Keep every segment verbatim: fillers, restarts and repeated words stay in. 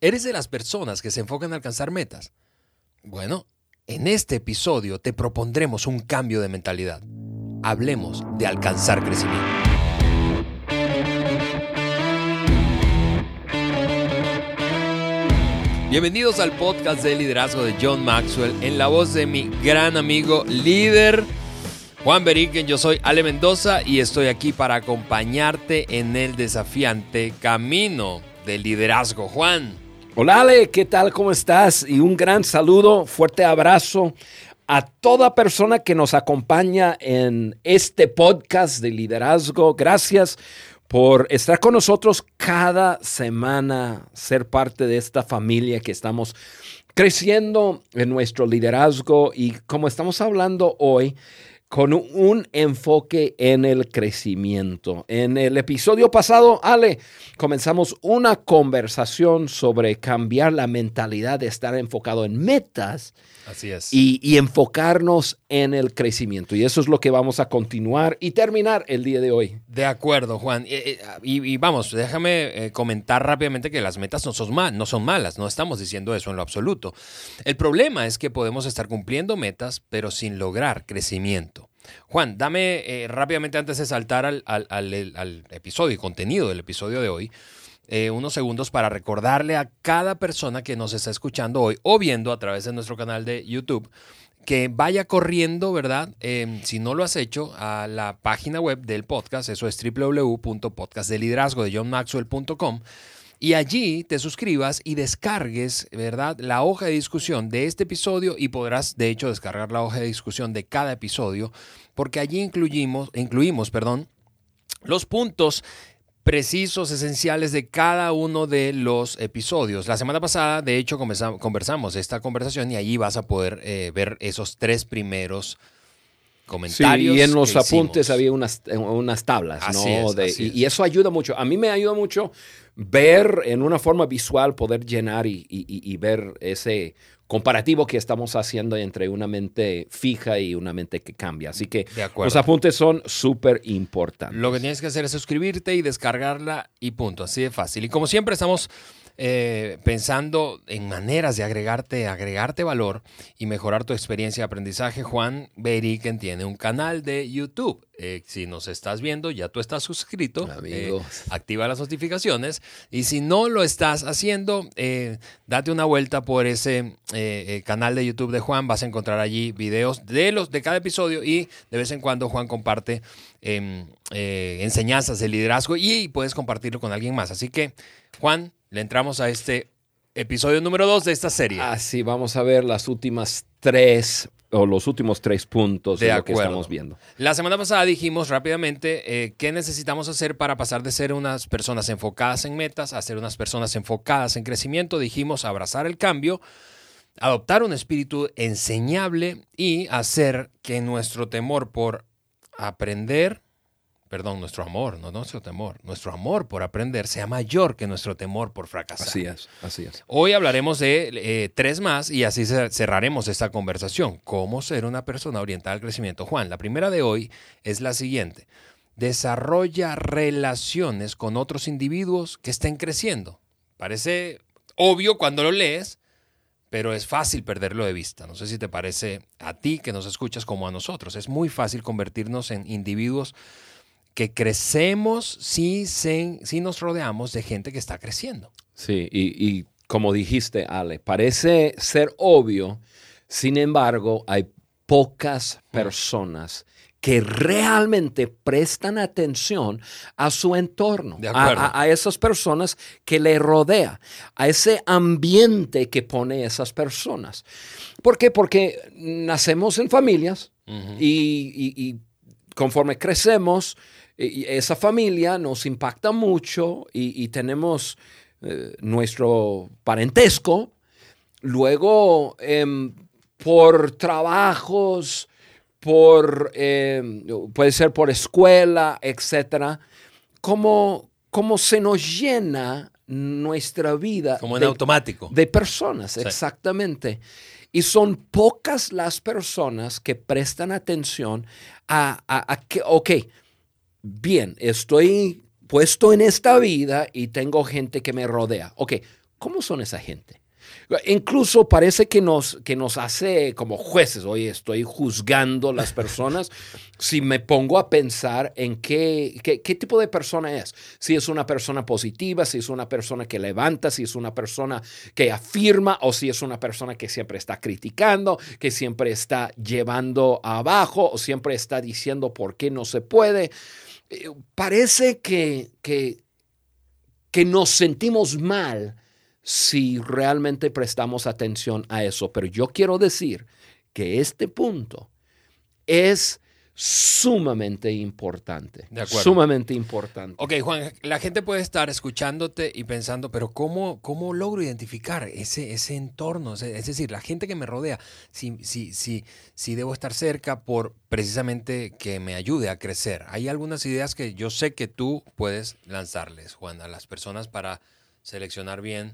¿Eres de las personas que se enfocan en alcanzar metas? Bueno, en este episodio te propondremos un cambio de mentalidad. Hablemos de alcanzar crecimiento. Bienvenidos al podcast de liderazgo de John Maxwell en la voz de mi gran amigo líder Juan Beriken. Yo soy Ale Mendoza y estoy aquí para acompañarte en el desafiante camino del liderazgo. Juan. Hola Ale, ¿qué tal? ¿Cómo estás? Y un gran saludo, fuerte abrazo a toda persona que nos acompaña en este podcast de liderazgo. Gracias por estar con nosotros cada semana, ser parte de esta familia que estamos creciendo en nuestro liderazgo y como estamos hablando hoy, con un enfoque en el crecimiento. En el episodio pasado, Ale, comenzamos una conversación sobre cambiar la mentalidad de estar enfocado en metas. Así es. Y, y enfocarnos en el crecimiento. Y eso es lo que vamos a continuar y terminar el día de hoy. De acuerdo, Juan. Y, y, y vamos, déjame eh, comentar rápidamente que las metas no son, mal, no son malas. No estamos diciendo eso en lo absoluto. El problema es que podemos estar cumpliendo metas, pero sin lograr crecimiento. Juan, dame eh, rápidamente antes de saltar al, al, al, al episodio y contenido del episodio de hoy, eh, unos segundos para recordarle a cada persona que nos está escuchando hoy o viendo a través de nuestro canal de YouTube que vaya corriendo, ¿verdad? Eh, si no lo has hecho, a la página web del podcast, eso es doble u doble u doble u punto podcast de liderazgo de john maxwell punto com. Y allí te suscribas y descargues, ¿verdad?, la hoja de discusión de este episodio y podrás, de hecho, descargar la hoja de discusión de cada episodio porque allí incluimos, incluimos, perdón, los puntos precisos, esenciales de cada uno de los episodios. La semana pasada, de hecho, conversamos esta conversación y allí vas a poder eh, ver esos tres primeros comentarios. Sí, y en los apuntes hicimos. había unas, unas tablas, así ¿no? Es, de, así y, es. y eso ayuda mucho. A mí me ayuda mucho ver en una forma visual, poder llenar y, y, y ver ese comparativo que estamos haciendo entre una mente fija y una mente que cambia. Así que los apuntes son súper importantes. Lo que tienes que hacer es suscribirte y descargarla y punto. Así de fácil. Y como siempre estamos eh, pensando en maneras de agregarte, agregarte valor y mejorar tu experiencia de aprendizaje. Juan Beriken tiene un canal de YouTube. Eh, si nos estás viendo, ya tú estás suscrito. Eh, activa las notificaciones. Y si no lo estás haciendo, eh, date una vuelta por ese eh, eh, canal de YouTube de Juan. Vas a encontrar allí videos de, los, de cada episodio y de vez en cuando Juan comparte eh, eh, enseñanzas de liderazgo y puedes compartirlo con alguien más. Así que, Juan, le entramos a este episodio número dos de esta serie. Así vamos a ver las últimas tres o los últimos tres puntos de, de lo que estamos viendo. La semana pasada dijimos rápidamente eh, qué necesitamos hacer para pasar de ser unas personas enfocadas en metas a ser unas personas enfocadas en crecimiento. Dijimos abrazar el cambio, adoptar un espíritu enseñable y hacer que nuestro temor por aprender, perdón, nuestro amor, no nuestro temor, nuestro amor por aprender sea mayor que nuestro temor por fracasar. Así es, así es. Hoy hablaremos de eh, tres más y así cerraremos esta conversación. ¿Cómo ser una persona orientada al crecimiento? Juan, la primera de hoy es la siguiente. Desarrolla relaciones con otros individuos que estén creciendo. Parece obvio cuando lo lees, pero es fácil perderlo de vista. No sé si te parece a ti que nos escuchas como a nosotros. Es muy fácil convertirnos en individuos que crecemos si, se, si nos rodeamos de gente que está creciendo. Sí, y, y como dijiste, Ale, parece ser obvio, sin embargo, hay pocas personas que realmente prestan atención a su entorno, a, a, a esas personas que le rodea, a ese ambiente que pone esas personas. ¿Por qué? Porque nacemos en familias uh-huh. y, y, y conforme crecemos, y esa familia nos impacta mucho y, y tenemos eh, nuestro parentesco. Luego, eh, por trabajos, por eh, puede ser por escuela, etcétera, como, como se nos llena nuestra vida. Como en de, automático. De personas, sí. Exactamente. Y son pocas las personas que prestan atención a, a, a que, ok, bien, estoy puesto en esta vida y tengo gente que me rodea. Ok, ¿cómo son esa gente? Incluso parece que nos, que nos hace como jueces. Oye, estoy juzgando las personas si me pongo a pensar en qué, qué, qué tipo de persona es. Si es una persona positiva, si es una persona que levanta, si es una persona que afirma o si es una persona que siempre está criticando, que siempre está llevando abajo o siempre está diciendo por qué no se puede. Parece que, que, que nos sentimos mal si realmente prestamos atención a eso. Pero yo quiero decir que este punto es sumamente importante. De acuerdo. Sumamente importante. Ok, Juan, la gente puede estar escuchándote y pensando, pero ¿cómo, cómo logro identificar ese, ese entorno? Es decir, la gente que me rodea, si, si, si, si debo estar cerca por precisamente que me ayude a crecer. Hay algunas ideas que yo sé que tú puedes lanzarles, Juan, a las personas para seleccionar bien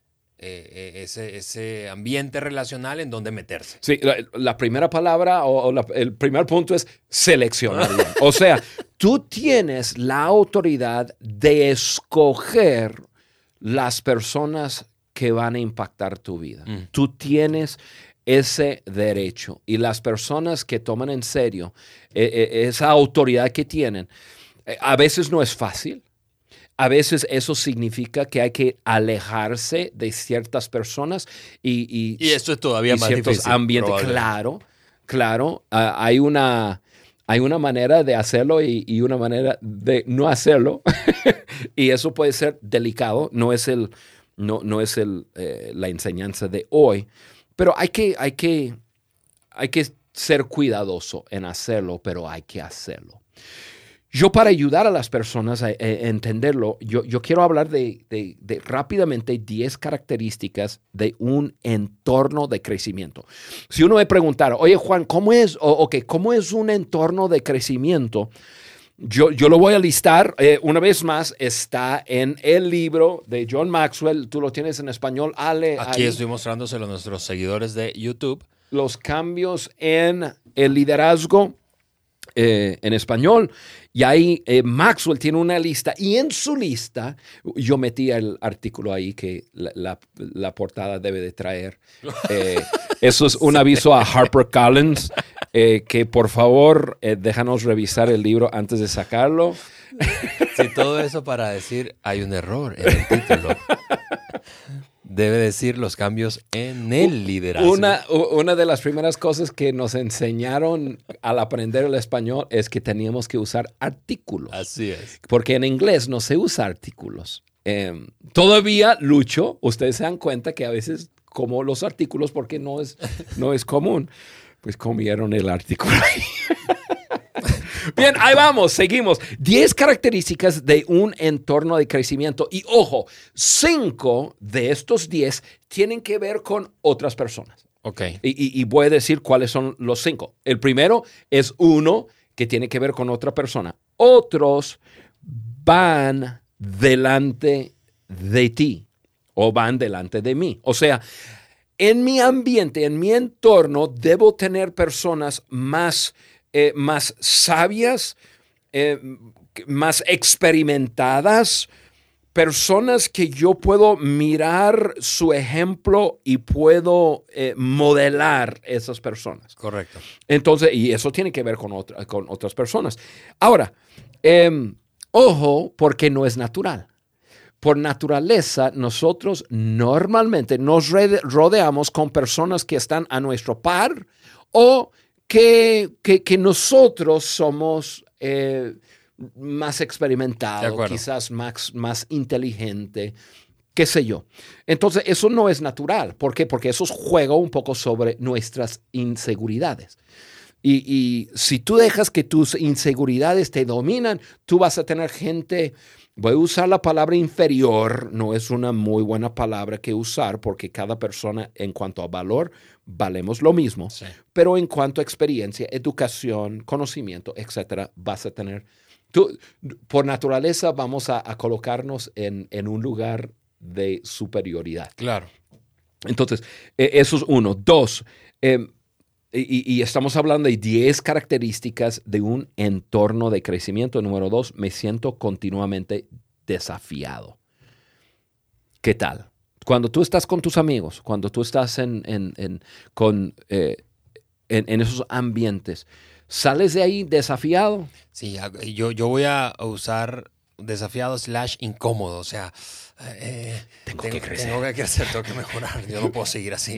Eh, ese, ese ambiente relacional en donde meterse. Sí, la, la primera palabra o, o la, el primer punto es seleccionar. O sea, tú tienes la autoridad de escoger las personas que van a impactar tu vida. Mm. Tú tienes ese derecho. Y las personas que toman en serio eh, eh, esa autoridad que tienen, eh, a veces no es fácil. A veces eso significa que hay que alejarse de ciertas personas y, y, y esto es todavía y más ciertos difícil. ambientes. Claro, claro. Uh, hay, una, hay una manera de hacerlo y, y una manera de no hacerlo. Y eso puede ser delicado. No es, el, no, no es el, eh, la enseñanza de hoy. Pero hay que, hay que, hay que ser cuidadoso en hacerlo, pero hay que hacerlo. Yo, para ayudar a las personas a, a entenderlo, yo, yo quiero hablar de, de, de rápidamente diez características de un entorno de crecimiento. Si uno me preguntara, oye, Juan, ¿cómo es, o, okay, ¿cómo es un entorno de crecimiento? Yo, yo lo voy a listar. Eh, una vez más, está en el libro de John Maxwell. Tú lo tienes en español, Ale. Aquí ahí. Estoy mostrándoselo a nuestros seguidores de YouTube. Los cambios en el liderazgo. Eh, en español, y ahí eh, Maxwell tiene una lista, y en su lista yo metí el artículo ahí que la, la, la portada debe de traer. Eh, eso es un aviso a HarperCollins, eh, que por favor eh, déjanos revisar el libro antes de sacarlo. Sí, todo eso para decir, hay un error en el título. Debe decir los cambios en el liderazgo. Una, una de las primeras cosas que nos enseñaron al aprender el español es que teníamos que usar artículos. Así es. Porque en inglés no se usa artículos. Eh, todavía lucho. Ustedes se dan cuenta que a veces como los artículos porque no es, no es común. Pues comieron el artículo ahí. Bien, ahí vamos, seguimos. diez características de un entorno de crecimiento. Y ojo, cinco de estos diez tienen que ver con otras personas. Ok. Y, y, y voy a decir cuáles son los cinco. El primero es uno que tiene que ver con otra persona. Otros van delante de ti o van delante de mí. O sea, en mi ambiente, en mi entorno, debo tener personas más Eh, más sabias, eh, más experimentadas, personas que yo puedo mirar su ejemplo y puedo eh, modelar esas personas. Correcto. Entonces, y eso tiene que ver con, otra, con otras personas. Ahora, eh, ojo, porque no es natural. Por naturaleza, nosotros normalmente nos rodeamos con personas que están a nuestro par o Que, que, que nosotros somos eh, más experimentados, quizás más, más inteligente, qué sé yo. Entonces, eso no es natural. ¿Por qué? Porque eso juega un poco sobre nuestras inseguridades. Y, y si tú dejas que tus inseguridades te dominan, tú vas a tener gente, voy a usar la palabra inferior, no es una muy buena palabra que usar porque cada persona en cuanto a valor valemos lo mismo, sí. Pero en cuanto a experiencia, educación, conocimiento, etcétera, vas a tener, tú, por naturaleza vamos a, a colocarnos en, en un lugar de superioridad. Claro. Entonces, eh, eso es uno. Dos, eh, Y, y estamos hablando de diez características de un entorno de crecimiento. Número dos, me siento continuamente desafiado. ¿Qué tal? cuando tú estás con tus amigos, cuando tú estás en, en, en, con, eh, en, en esos ambientes, ¿sales de ahí desafiado? Sí, yo, yo voy a usar desafiado slash incómodo, o sea, eh, tengo, tengo, que crecer. tengo que crecer, tengo que mejorar, yo no puedo seguir así.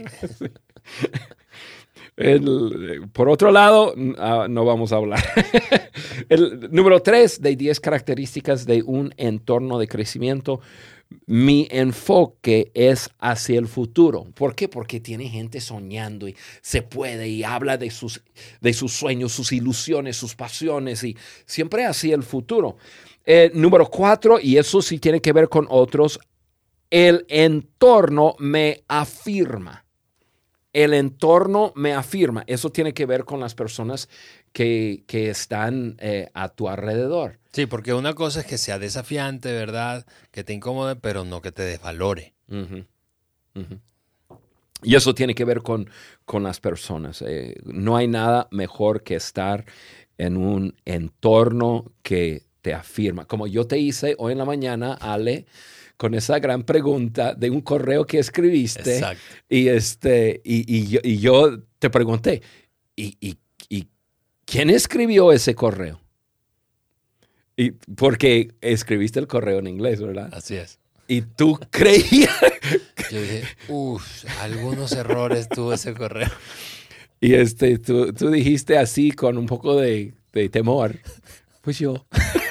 El, por otro lado, uh, no vamos a hablar. El número tres de diez características de un entorno de crecimiento. Mi enfoque es hacia el futuro. ¿Por qué? Porque tiene gente soñando y se puede y habla de sus, de sus sueños, sus ilusiones, sus pasiones y siempre hacia el futuro. Eh, número cuatro, y eso sí tiene que ver con otros, el entorno me afirma. El entorno me afirma. Eso tiene que ver con las personas que, que están eh, a tu alrededor. Sí, porque una cosa es que sea desafiante, ¿verdad? Que te incomode, pero no que te desvalore. Uh-huh. Uh-huh. Y eso tiene que ver con, con las personas. Eh, no hay nada mejor que estar en un entorno que te afirma. Como yo te hice hoy en la mañana, Ale, con esa gran pregunta de un correo que escribiste. Exacto. Y, este, y, y, yo, y yo te pregunté, ¿y, y, y quién escribió ese correo? Y porque escribiste el correo en inglés, ¿verdad? Así es. Y tú creías. Yo dije, uff, algunos errores tuvo ese correo. Y este, tú, tú dijiste así con un poco de, de temor. Pues yo.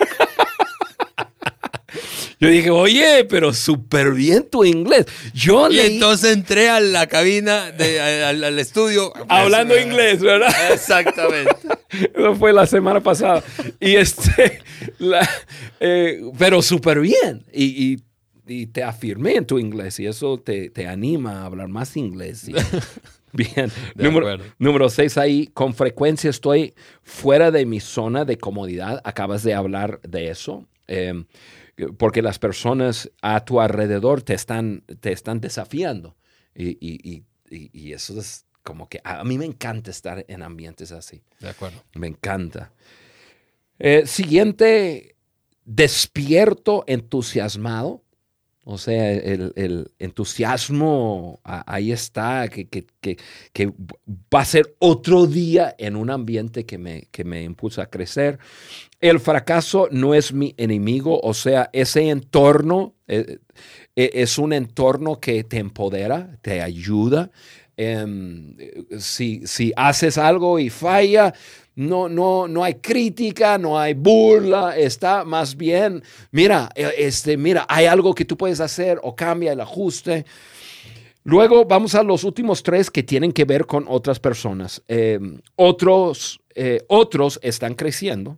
Yo dije, oye, pero súper bien tu inglés. Yo y leí... entonces entré a la cabina, de, al, al estudio. Hablando pues, inglés, ¿verdad? Exactamente. Eso fue la semana pasada. Y este, la, eh, pero súper bien. Y, y, y te afirmé en tu inglés y eso te, te anima a hablar más inglés. Y, bien. Número, número seis ahí, con frecuencia estoy fuera de mi zona de comodidad. Acabas de hablar de eso. Eh, porque las personas a tu alrededor te están, te están desafiando. Y, y, y, y eso es como que a mí me encanta estar en ambientes así. De acuerdo. Me encanta. Eh, siguiente, despierto, entusiasmado. O sea, el, el entusiasmo ahí está, que, que, que, que va a ser otro día en un ambiente que me, que me impulsa a crecer. El fracaso no es mi enemigo, o sea, ese entorno eh, es un entorno que te empodera, te ayuda. Um, si, si haces algo y falla, no, no, no hay crítica, no hay burla, está más bien, mira, este, mira, hay algo que tú puedes hacer o cambia el ajuste. Luego vamos a los últimos tres que tienen que ver con otras personas. Eh, otros, eh, otros están creciendo.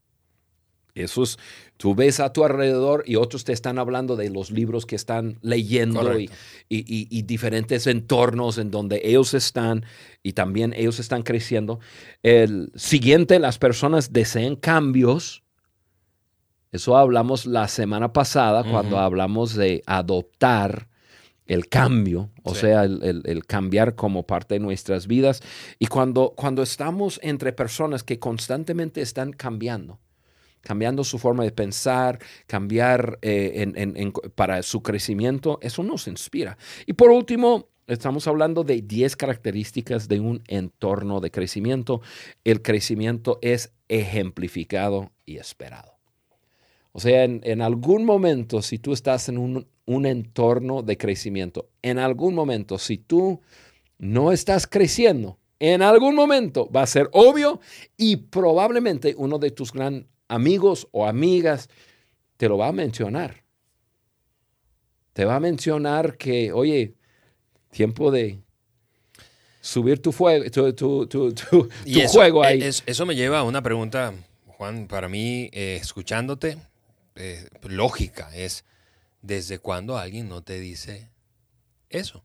Eso es, tú ves a tu alrededor y otros te están hablando de los libros que están leyendo y, y, y, y diferentes entornos en donde ellos están y también ellos están creciendo. El siguiente, las personas desean cambios. Eso hablamos la semana pasada uh-huh. cuando hablamos de adoptar el cambio, o sí. sea, el, el, el cambiar como parte de nuestras vidas. Y cuando, cuando estamos entre personas que constantemente están cambiando, cambiando su forma de pensar, cambiar eh, en, en, en, para su crecimiento, eso nos inspira. Y por último, estamos hablando de diez características de un entorno de crecimiento. El crecimiento es ejemplificado y esperado. O sea, en, en algún momento, si tú estás en un, un entorno de crecimiento, en algún momento, si tú no estás creciendo, en algún momento va a ser obvio y probablemente uno de tus grandes amigos o amigas te lo va a mencionar. Te va a mencionar que, oye, tiempo de subir tu, fuego, tu, tu, tu, tu, y tu eso, juego ahí. Es, eso me lleva a una pregunta, Juan, para mí, eh, escuchándote, eh, lógica, es, ¿desde cuándo alguien no te dice eso?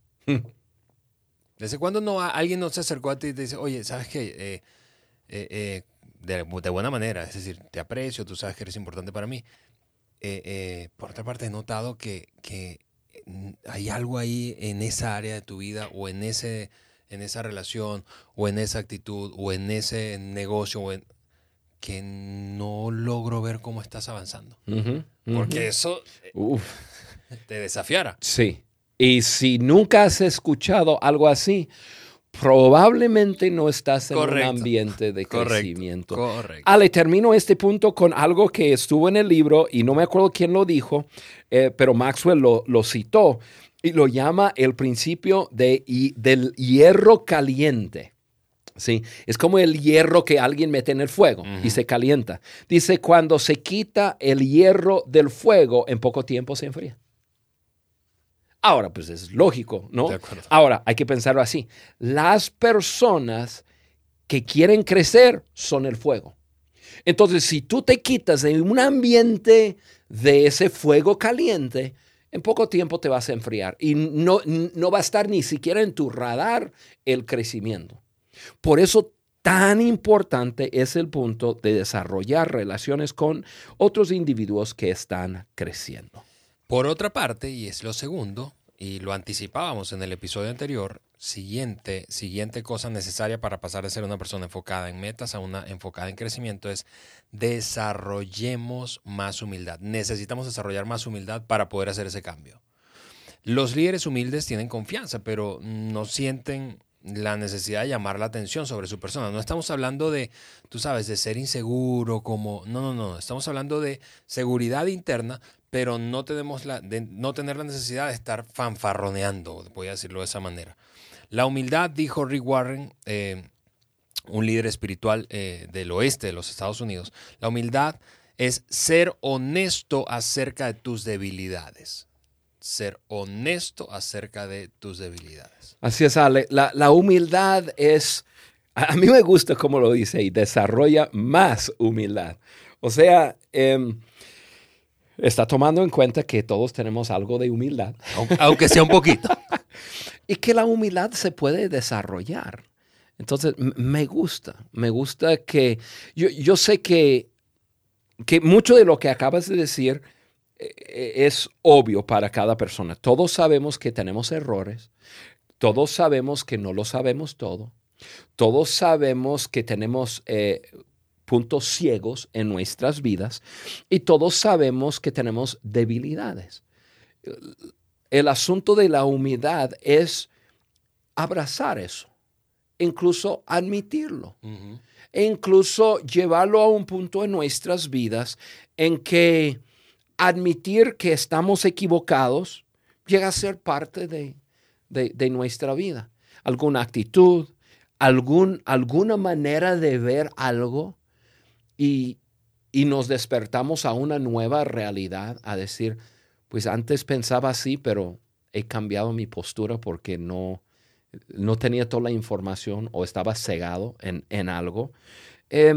¿Desde cuándo no, alguien no se acercó a ti y te dice, oye, ¿sabes qué? Eh, eh, eh, De, de buena manera, es decir, te aprecio, tú sabes que eres importante para mí. Eh, eh, por otra parte, he notado que, que hay algo ahí en esa área de tu vida o en, ese, en esa relación o en esa actitud o en ese negocio o en, que no logro ver cómo estás avanzando. Uh-huh, uh-huh. Porque eso Uf. te desafiara. Sí, Y si nunca has escuchado algo así, probablemente no estás en Correcto. un ambiente de Correcto. crecimiento. Correcto. Ale, termino este punto con algo que estuvo en el libro y no me acuerdo quién lo dijo, eh, pero Maxwell lo, lo citó y lo llama el principio de, y, del hierro caliente. Sí, es como el hierro que alguien mete en el fuego uh-huh. y se calienta. Dice, cuando se quita el hierro del fuego, en poco tiempo se enfría. Ahora, pues es lógico, ¿no? De acuerdo. Ahora, hay que pensarlo así. Las personas que quieren crecer son el fuego. Entonces, si tú te quitas de un ambiente de ese fuego caliente, en poco tiempo te vas a enfriar y no, no va a estar ni siquiera en tu radar el crecimiento. Por eso tan importante es el punto de desarrollar relaciones con otros individuos que están creciendo. Por otra parte, y es lo segundo, y lo anticipábamos en el episodio anterior, siguiente, siguiente cosa necesaria para pasar de ser una persona enfocada en metas a una enfocada en crecimiento es desarrollemos más humildad. Necesitamos desarrollar más humildad para poder hacer ese cambio. Los líderes humildes tienen confianza, pero no sienten la necesidad de llamar la atención sobre su persona. No estamos hablando de, tú sabes, de ser inseguro, como, no, no, no. Estamos hablando de seguridad interna, pero no tenemos la, de no tener la necesidad de estar fanfarroneando, voy a decirlo de esa manera. La humildad, dijo Rick Warren, eh, un líder espiritual eh, del oeste de los Estados Unidos, la humildad es ser honesto acerca de tus debilidades. Ser honesto acerca de tus debilidades. Así es, Ale. La, la humildad es, a, a mí me gusta cómo lo dice, y desarrolla más humildad. O sea, eh, está tomando en cuenta que todos tenemos algo de humildad. Aunque, aunque sea un poquito. Y que la humildad se puede desarrollar. Entonces, m- me gusta. Me gusta que, yo, yo sé que, que mucho de lo que acabas de decir es obvio para cada persona. Todos sabemos que tenemos errores. Todos sabemos que no lo sabemos todo. Todos sabemos que tenemos eh, puntos ciegos en nuestras vidas. Y todos sabemos que tenemos debilidades. El asunto de la humildad es abrazar eso. Incluso admitirlo. Uh-huh. E incluso llevarlo a un punto en nuestras vidas en que admitir que estamos equivocados llega a ser parte de, de, de nuestra vida. Alguna actitud, algún, alguna manera de ver algo y, y nos despertamos a una nueva realidad, a decir, pues antes pensaba así, pero he cambiado mi postura porque no, no tenía toda la información o estaba cegado en, en algo. Eh,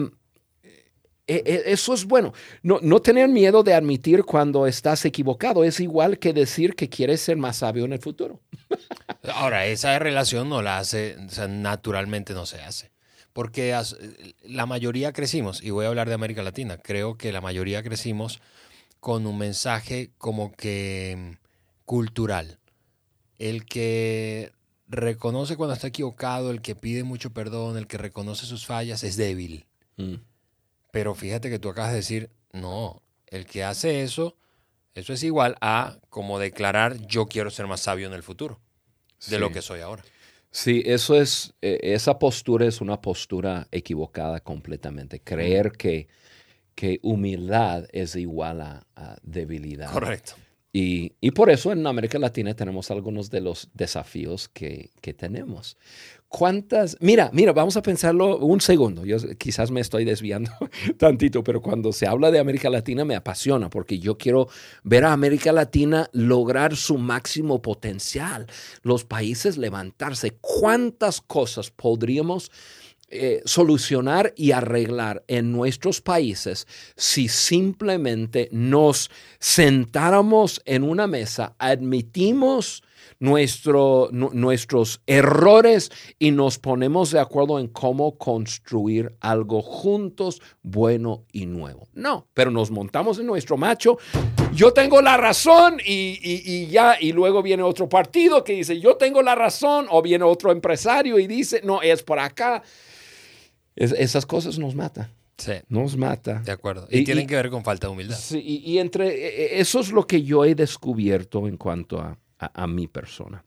Eso es bueno. No, no tener miedo de admitir cuando estás equivocado es igual que decir que quieres ser más sabio en el futuro. Ahora, esa relación no la hace, o sea, naturalmente no se hace. Porque la mayoría crecimos, y voy a hablar de América Latina, creo que la mayoría crecimos con un mensaje como que cultural. El que reconoce cuando está equivocado, el que pide mucho perdón, el que reconoce sus fallas es débil. Mm. Pero fíjate que tú acabas de decir, no, el que hace eso, eso es igual a como declarar yo quiero ser más sabio en el futuro de sí. lo que soy ahora. Sí, eso es, eh, esa postura es una postura equivocada completamente. Creer mm. que, que humildad es igual a, a debilidad. Correcto. Y, y por eso en América Latina tenemos algunos de los desafíos que, que tenemos. ¿Cuántas? Mira, mira, vamos a pensarlo un segundo. Yo quizás me estoy desviando tantito, pero cuando se habla de América Latina me apasiona porque yo quiero ver a América Latina lograr su máximo potencial, los países levantarse. ¿Cuántas cosas podríamos Eh, solucionar y arreglar en nuestros países si simplemente nos sentáramos en una mesa, admitimos nuestro, nu- nuestros errores y nos ponemos de acuerdo en cómo construir algo juntos, bueno y nuevo? No, pero nos montamos en nuestro macho. Yo tengo la razón y, y, y ya, y luego viene otro partido que dice yo tengo la razón, o viene otro empresario y dice no, es por acá. Es, esas cosas nos matan. Sí. Nos mata. De acuerdo. Y, y tienen y, que ver con falta de humildad. Sí, y, y entre eso es lo que yo he descubierto en cuanto a, a, a mi persona.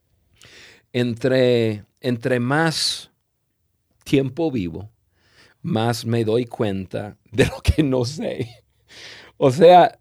Entre, entre más tiempo vivo, más me doy cuenta de lo que no sé. O sea,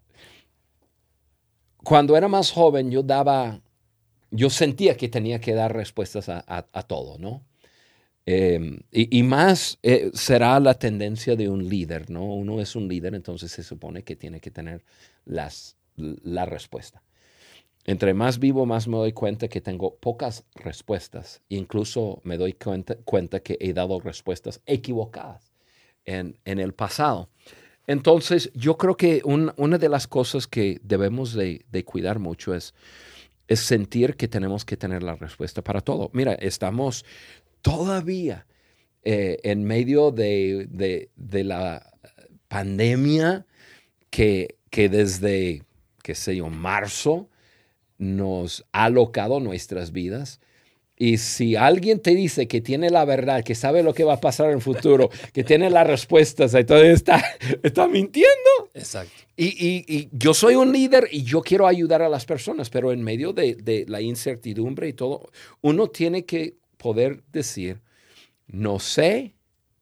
cuando era más joven, yo daba, yo sentía que tenía que dar respuestas a, a, a todo, ¿no? Eh, y, y más eh, será la tendencia de un líder, ¿no? Uno es un líder, entonces se supone que tiene que tener las, la respuesta. Entre más vivo, más me doy cuenta que tengo pocas respuestas. Incluso me doy cuenta, cuenta que he dado respuestas equivocadas en, en el pasado. Entonces, yo creo que un, una de las cosas que debemos de, de cuidar mucho es, es sentir que tenemos que tener la respuesta para todo. Mira, estamos todavía eh, en medio de, de, de la pandemia que, que desde, qué sé yo, marzo nos ha alocado nuestras vidas. Y si alguien te dice que tiene la verdad, que sabe lo que va a pasar en el futuro, que tiene las respuestas, entonces está, está mintiendo. Exacto. Y, y, y yo soy un líder y yo quiero ayudar a las personas, pero en medio de, de la incertidumbre y todo, uno tiene que poder decir, no sé.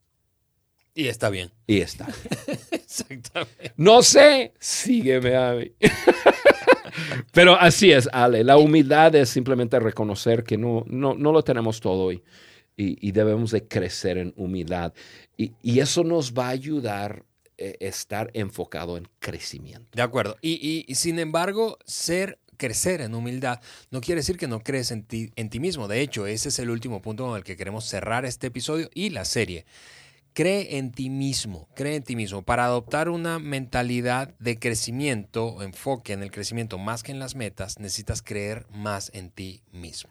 Y está bien. Y está. Exactamente. No sé, sígueme a mí. Pero así es, Ale. La humildad es simplemente reconocer que no, no, no lo tenemos todo y, y, y debemos de crecer en humildad. Y, y eso nos va a ayudar a eh, estar enfocado en crecimiento. De acuerdo. Y, y, y sin embargo, ser, crecer en humildad no quiere decir que no crees en ti, en ti mismo. De hecho, ese es el último punto con el que queremos cerrar este episodio y la serie. Cree en ti mismo, cree en ti mismo. Para adoptar una mentalidad de crecimiento, enfoque en el crecimiento más que en las metas, necesitas creer más en ti mismo.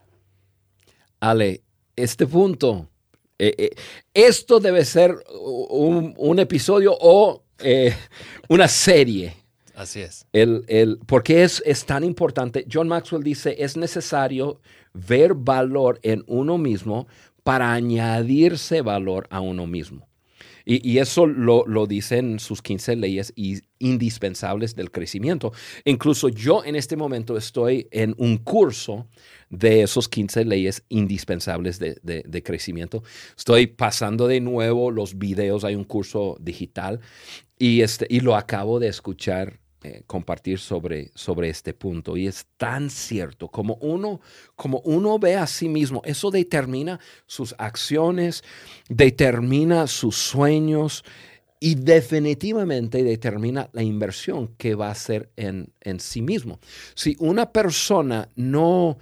Ale, este punto, eh, eh, esto debe ser un, un episodio o eh, una serie. Así es. El, el, porque es, es tan importante. John Maxwell dice, es necesario ver valor en uno mismo para añadirse valor a uno mismo. Y, y eso lo, lo dicen sus quince leyes indispensables del crecimiento. Incluso yo en este momento estoy en un curso de esos quince leyes indispensables de, de, de crecimiento. Estoy pasando de nuevo los videos, hay un curso digital y, este, y lo acabo de escuchar eh, compartir sobre, sobre este punto. Y es tan cierto, como uno, como uno ve a sí mismo, eso determina sus acciones, determina sus sueños y definitivamente determina la inversión que va a hacer en, en sí mismo. Si una persona no,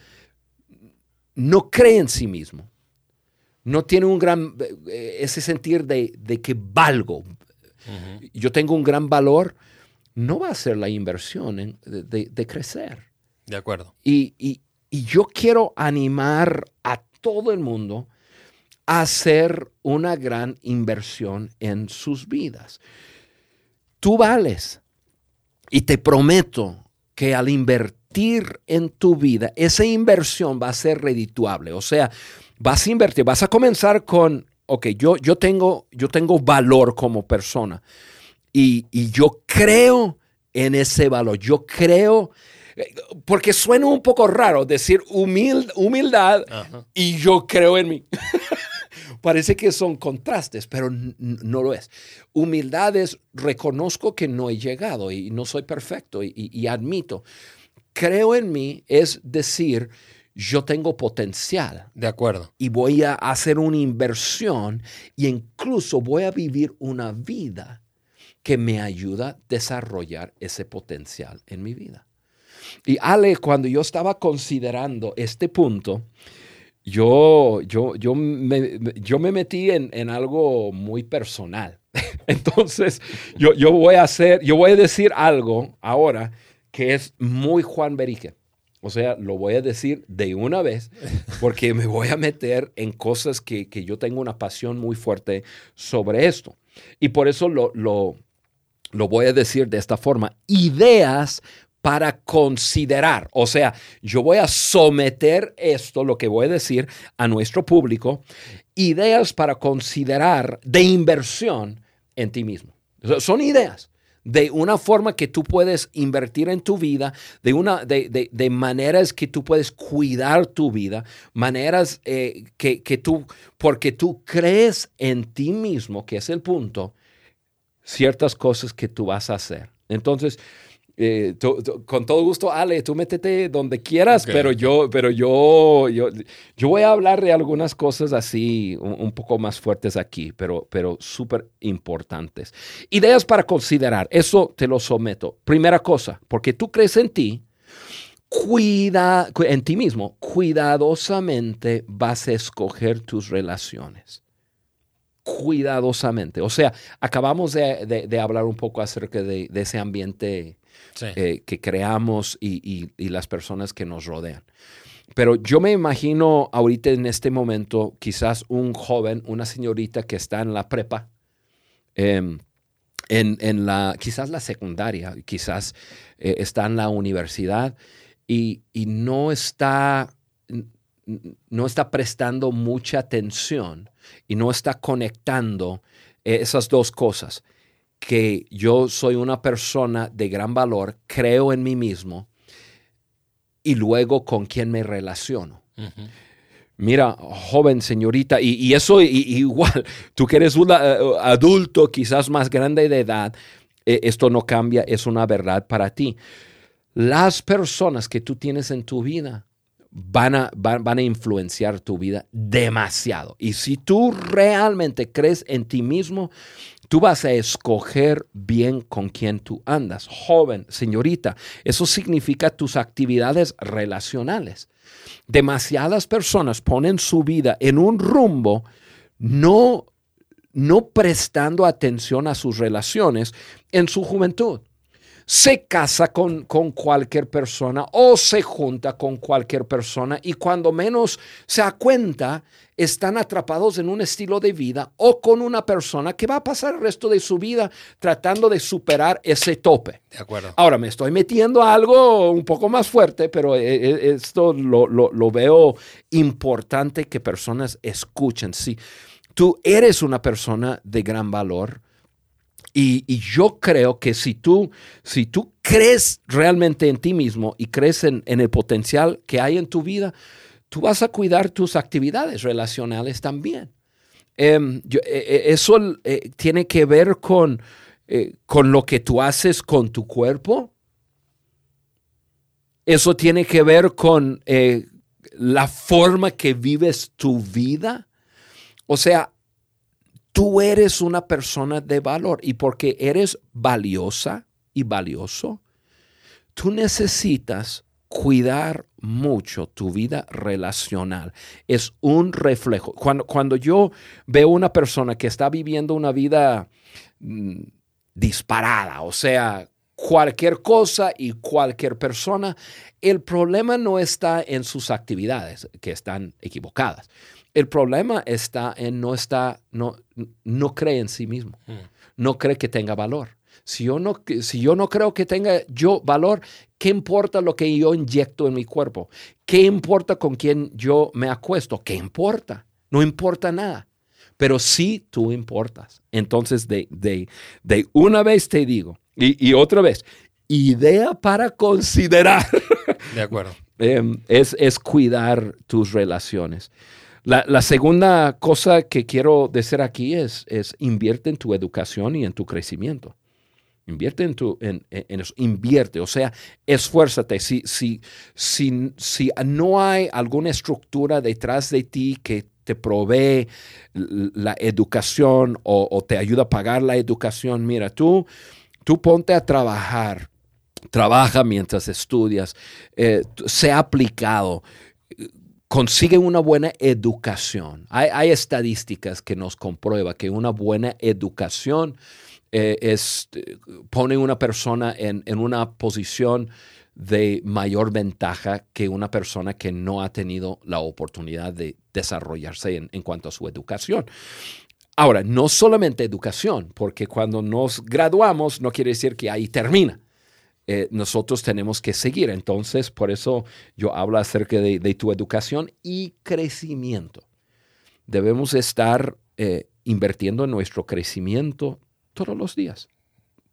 no cree en sí mismo, no tiene un gran, ese sentir de, de que valgo, uh-huh. yo tengo un gran valor, no va a hacer la inversión en, de, de, de crecer. De acuerdo. Y, y, y yo quiero animar a todo el mundo a hacer una gran inversión en sus vidas. Tú vales. Y te prometo que al invertir en tu vida, esa inversión va a ser redituable. O sea, vas a invertir, vas a comenzar con, ok, yo, yo, tengo, yo tengo valor como persona. Y, y yo creo en ese valor. Yo creo, porque suena un poco raro decir humil, humildad uh-huh. y yo creo en mí. Parece que son contrastes, pero n- no lo es. Humildad es reconozco que no he llegado y no soy perfecto y, y, y admito. Creo en mí es decir, yo tengo potencial. De acuerdo. Y voy a hacer una inversión e incluso voy a vivir una vida que me ayuda a desarrollar ese potencial en mi vida. Y Ale, cuando yo estaba considerando este punto, yo, yo, yo, me, yo me metí en, en algo muy personal. Entonces, yo, yo, voy a hacer, yo voy a decir algo ahora que es muy Juan Berique. O sea, lo voy a decir de una vez porque me voy a meter en cosas que, que yo tengo una pasión muy fuerte sobre esto. Y por eso lo, lo, lo voy a decir de esta forma. Ideas para considerar. O sea, yo voy a someter esto, lo que voy a decir, a nuestro público. Ideas para considerar de inversión en ti mismo. Son ideas de una forma que tú puedes invertir en tu vida, de, una, de, de, de maneras que tú puedes cuidar tu vida, maneras eh, que, que tú, porque tú crees en ti mismo, que es el punto, ciertas cosas que tú vas a hacer. Entonces, eh, tú, tú, con todo gusto, Ale, tú métete donde quieras, okay, pero, okay. Yo, pero yo, yo, yo voy a hablar de algunas cosas así un, un poco más fuertes aquí, pero, pero súper importantes. Ideas para considerar, eso te lo someto. Primera cosa, porque tú crees en ti, cuida, en ti mismo, cuidadosamente vas a escoger tus relaciones. Cuidadosamente. O sea, acabamos de, de, de hablar un poco acerca de, de ese ambiente sí. eh, que creamos y, y, y las personas que nos rodean. Pero yo me imagino ahorita en este momento quizás un joven, una señorita que está en la prepa, eh, en, en la, quizás la secundaria, quizás eh, está en la universidad y, y no está... no está prestando mucha atención y no está conectando esas dos cosas, que yo soy una persona de gran valor, creo en mí mismo y luego con quién me relaciono. Uh-huh. Mira, joven señorita, y, y eso y, y igual, tú que eres un uh, adulto quizás más grande de edad, eh, esto no cambia, es una verdad para ti. Las personas que tú tienes en tu vida Van a, van, van a influenciar tu vida demasiado. Y si tú realmente crees en ti mismo, tú vas a escoger bien con quién tú andas. Joven, señorita, eso significa tus actividades relacionales. Demasiadas personas ponen su vida en un rumbo no, no prestando atención a sus relaciones en su juventud. Se casa con, con cualquier persona o se junta con cualquier persona y cuando menos se da cuenta, están atrapados en un estilo de vida o con una persona que va a pasar el resto de su vida tratando de superar ese tope. De acuerdo. Ahora, me estoy metiendo a algo un poco más fuerte, pero esto lo, lo, lo veo importante que personas escuchen. Sí, tú eres una persona de gran valor. Y, y yo creo que si tú, si tú crees realmente en ti mismo y crees en, en el potencial que hay en tu vida, tú vas a cuidar tus actividades relacionales también. Eh, yo, eh, eso eh, tiene que ver con, eh, con lo que tú haces con tu cuerpo. Eso tiene que ver con eh, la forma que vives tu vida. O sea, tú eres una persona de valor y porque eres valiosa y valioso, tú necesitas cuidar mucho tu vida relacional. Es un reflejo. Cuando, cuando yo veo una persona que está viviendo una vida mmm, disparada, o sea, cualquier cosa y cualquier persona, el problema no está en sus actividades, que están equivocadas. El problema está en no está, no, no cree en sí mismo. Mm. No cree que tenga valor. Si yo, no, si yo no creo que tenga yo valor, ¿qué importa lo que yo inyecto en mi cuerpo? ¿Qué importa con quién yo me acuesto? ¿Qué importa? No importa nada. Pero sí tú importas. Entonces, de, de, de una vez te digo, y, y otra vez, idea para considerar. De acuerdo. eh, es, es cuidar tus relaciones. La, la segunda cosa que quiero decir aquí es, es invierte en tu educación y en tu crecimiento. Invierte en tu, en, en, en eso, invierte, o sea, esfuérzate. Si, si, si, si no hay alguna estructura detrás de ti que te provee la educación o, o te ayuda a pagar la educación, mira, tú, tú ponte a trabajar, trabaja mientras estudias, eh, sea aplicado. Consigue una buena educación. Hay, hay estadísticas que nos comprueban que una buena educación eh, es, pone a una persona en, en una posición de mayor ventaja que una persona que no ha tenido la oportunidad de desarrollarse en, en cuanto a su educación. Ahora, no solamente educación, porque cuando nos graduamos no quiere decir que ahí termina. Eh, nosotros tenemos que seguir. Entonces, por eso yo hablo acerca de, de tu educación y crecimiento. Debemos estar eh, invirtiendo en nuestro crecimiento todos los días.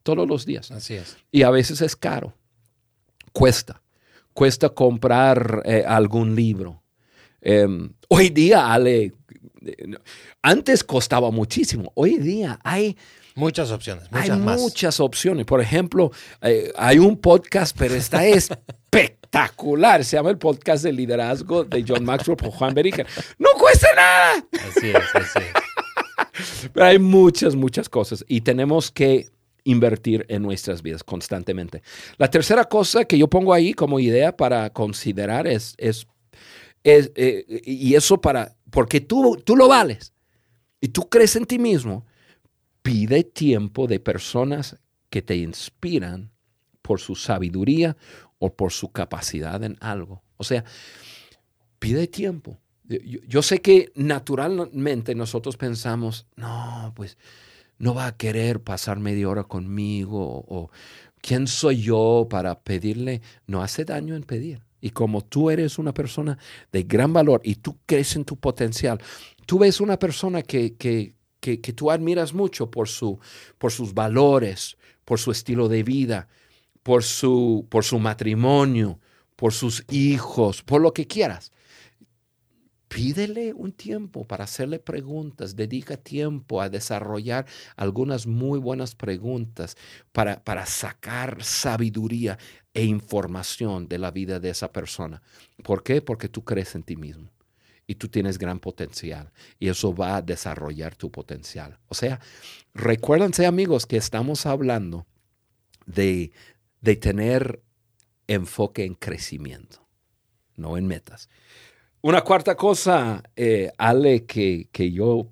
todos los días. Así es. Y a veces es caro. Cuesta. Cuesta comprar eh, algún libro. Eh, hoy día, Ale, antes costaba muchísimo. Hoy día hay... Muchas opciones, muchas hay más. muchas opciones. Por ejemplo, eh, hay un podcast, pero está espectacular. Se llama el podcast de liderazgo de John Maxwell por Juan Beringer. ¡No cuesta nada! Así es, así es. Pero hay muchas, muchas cosas y tenemos que invertir en nuestras vidas constantemente. La tercera cosa que yo pongo ahí como idea para considerar es, es, es eh, y eso para, porque tú, tú lo vales y tú crees en ti mismo. Pide tiempo de personas que te inspiran por su sabiduría o por su capacidad en algo. O sea, pide tiempo. Yo, yo sé que naturalmente nosotros pensamos, no, pues no va a querer pasar media hora conmigo o, o ¿quién soy yo para pedirle? No hace daño en pedir. Y como tú eres una persona de gran valor y tú crees en tu potencial, tú ves una persona que... que Que, que tú admiras mucho por, su, por sus valores, por su estilo de vida, por su, por su matrimonio, por sus hijos, por lo que quieras. Pídele un tiempo para hacerle preguntas, dedica tiempo a desarrollar algunas muy buenas preguntas para, para sacar sabiduría e información de la vida de esa persona. ¿Por qué? Porque tú crees en ti mismo. Y tú tienes gran potencial y eso va a desarrollar tu potencial. O sea, recuérdense, amigos, que estamos hablando de, de tener enfoque en crecimiento, no en metas. Una cuarta cosa, eh, Ale, que, que, yo,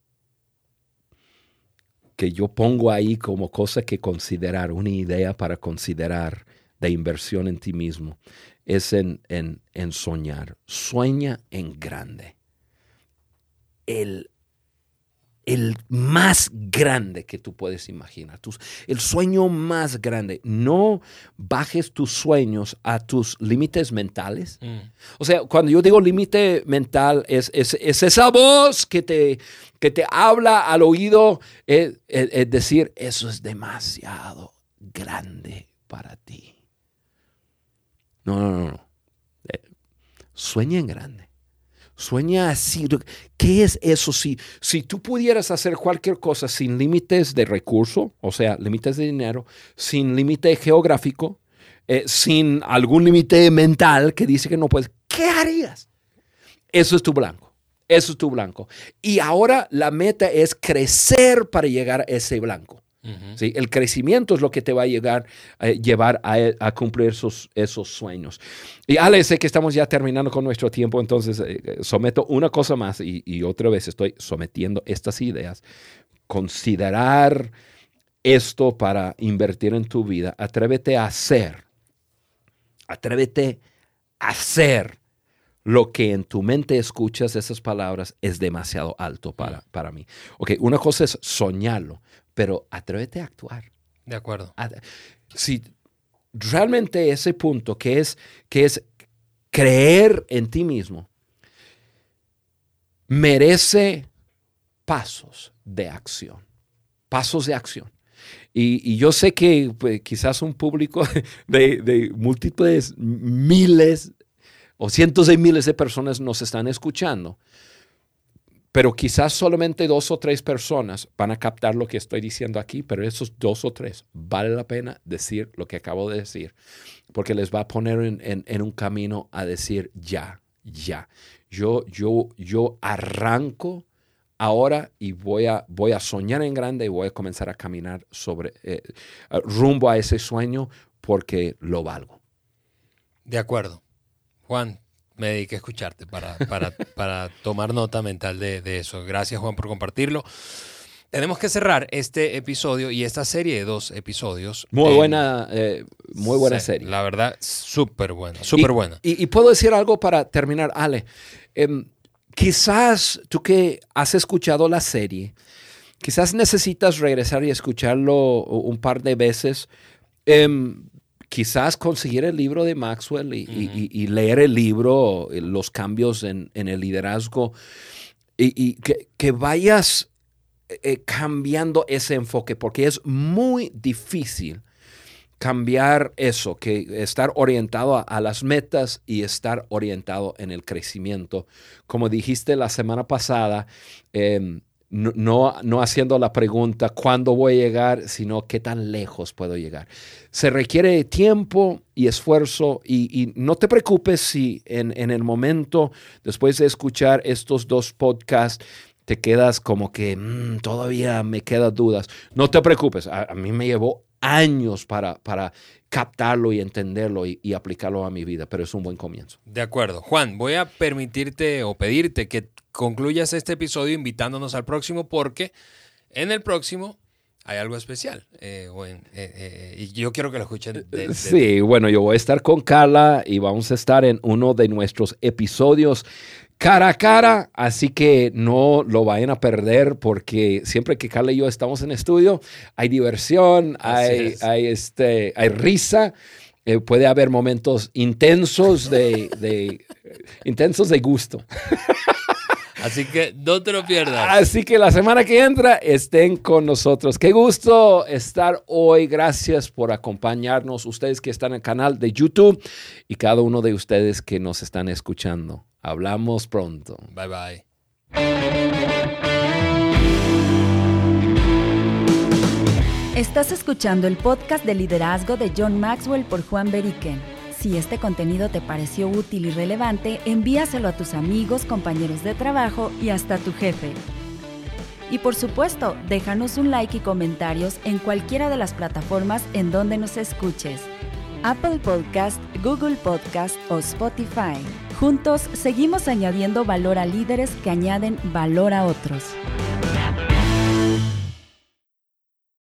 que yo pongo ahí como cosa que considerar, una idea para considerar de inversión en ti mismo, es en, en, en soñar. Sueña en grande. El, el más grande que tú puedes imaginar. Tus, el sueño más grande. No bajes tus sueños a tus límites mentales. Mm. O sea, cuando yo digo límite mental, es, es, es esa voz que te, que te habla al oído, es, es, es decir, eso es demasiado grande para ti. No, no, no, no. Eh, sueña en grande. Sueña así. ¿Qué es eso? Si, si tú pudieras hacer cualquier cosa sin límites de recurso, o sea, límites de dinero, sin límite geográfico, eh, sin algún límite mental que dice que no puedes, ¿qué harías? Eso es tu blanco. Eso es tu blanco. Y ahora la meta es crecer para llegar a ese blanco. Uh-huh. ¿Sí? El crecimiento es lo que te va a llegar, eh, llevar a, a cumplir esos, esos sueños. Y Ale, sé que estamos ya terminando con nuestro tiempo, entonces eh, someto una cosa más y, y otra vez estoy sometiendo estas ideas. Considerar esto para invertir en tu vida. Atrévete a hacer. Atrévete a hacer lo que en tu mente escuchas esas palabras es demasiado alto para, para mí. Ok, una cosa es soñarlo, pero atrévete a actuar. De acuerdo. Si realmente ese punto que es, que es creer en ti mismo merece pasos de acción. Pasos de acción. Y, y yo sé que pues, quizás un público de, de múltiples miles o cientos de miles de personas nos están escuchando. Pero quizás solamente dos o tres personas van a captar lo que estoy diciendo aquí, pero esos dos o tres vale la pena decir lo que acabo de decir, porque les va a poner en, en, en un camino a decir ya, ya. Yo, yo, yo arranco ahora y voy a, voy a soñar en grande y voy a comenzar a caminar sobre, eh, rumbo a ese sueño porque lo valgo. De acuerdo. Juan, me dediqué a escucharte para, para, para tomar nota mental de, de eso. Gracias, Juan, por compartirlo. Tenemos que cerrar este episodio y esta serie de dos episodios. Muy en, buena, eh, muy buena sí, serie. La verdad, súper buena, súper buena. Y, y puedo decir algo para terminar, Ale. Eh, quizás tú que has escuchado la serie, quizás necesitas regresar y escucharlo un par de veces. Eh, Quizás conseguir el libro de Maxwell y, uh-huh. y, y leer el libro, los cambios en, en el liderazgo, y, y que, que vayas eh, cambiando ese enfoque, porque es muy difícil cambiar eso, que estar orientado a, a las metas y estar orientado en el crecimiento. Como dijiste la semana pasada, eh, no, no, no haciendo la pregunta ¿cuándo voy a llegar?, sino ¿qué tan lejos puedo llegar? Se requiere tiempo y esfuerzo y, y no te preocupes si en, en el momento, después de escuchar estos dos podcasts, te quedas como que mmm, todavía me quedan dudas. No te preocupes, a, a mí me llevó años para, para captarlo y entenderlo y, y aplicarlo a mi vida, pero es un buen comienzo. De acuerdo. Juan, voy a permitirte o pedirte que concluyas este episodio invitándonos al próximo, porque en el próximo hay algo especial. Eh, o en, eh, eh, y yo quiero que lo escuchen. De, de, sí, bueno, yo voy a estar con Carla y vamos a estar en uno de nuestros episodios cara a cara, así que no lo vayan a perder, porque siempre que Carla y yo estamos en estudio hay diversión, hay, hay, este, hay risa, eh, puede haber momentos intensos de, de, intensos de gusto. Así que no te lo pierdas. Así que la semana que entra estén con nosotros. Qué gusto estar hoy. Gracias por acompañarnos, ustedes que están en el canal de YouTube y cada uno de ustedes que nos están escuchando. Hablamos pronto. Bye, bye. Estás escuchando el podcast de liderazgo de John Maxwell por Juan Beriken. Si este contenido te pareció útil y relevante, envíaselo a tus amigos, compañeros de trabajo y hasta tu jefe. Y por supuesto, déjanos un like y comentarios en cualquiera de las plataformas en donde nos escuches. Apple Podcast, Google Podcast o Spotify. Juntos seguimos añadiendo valor a líderes que añaden valor a otros.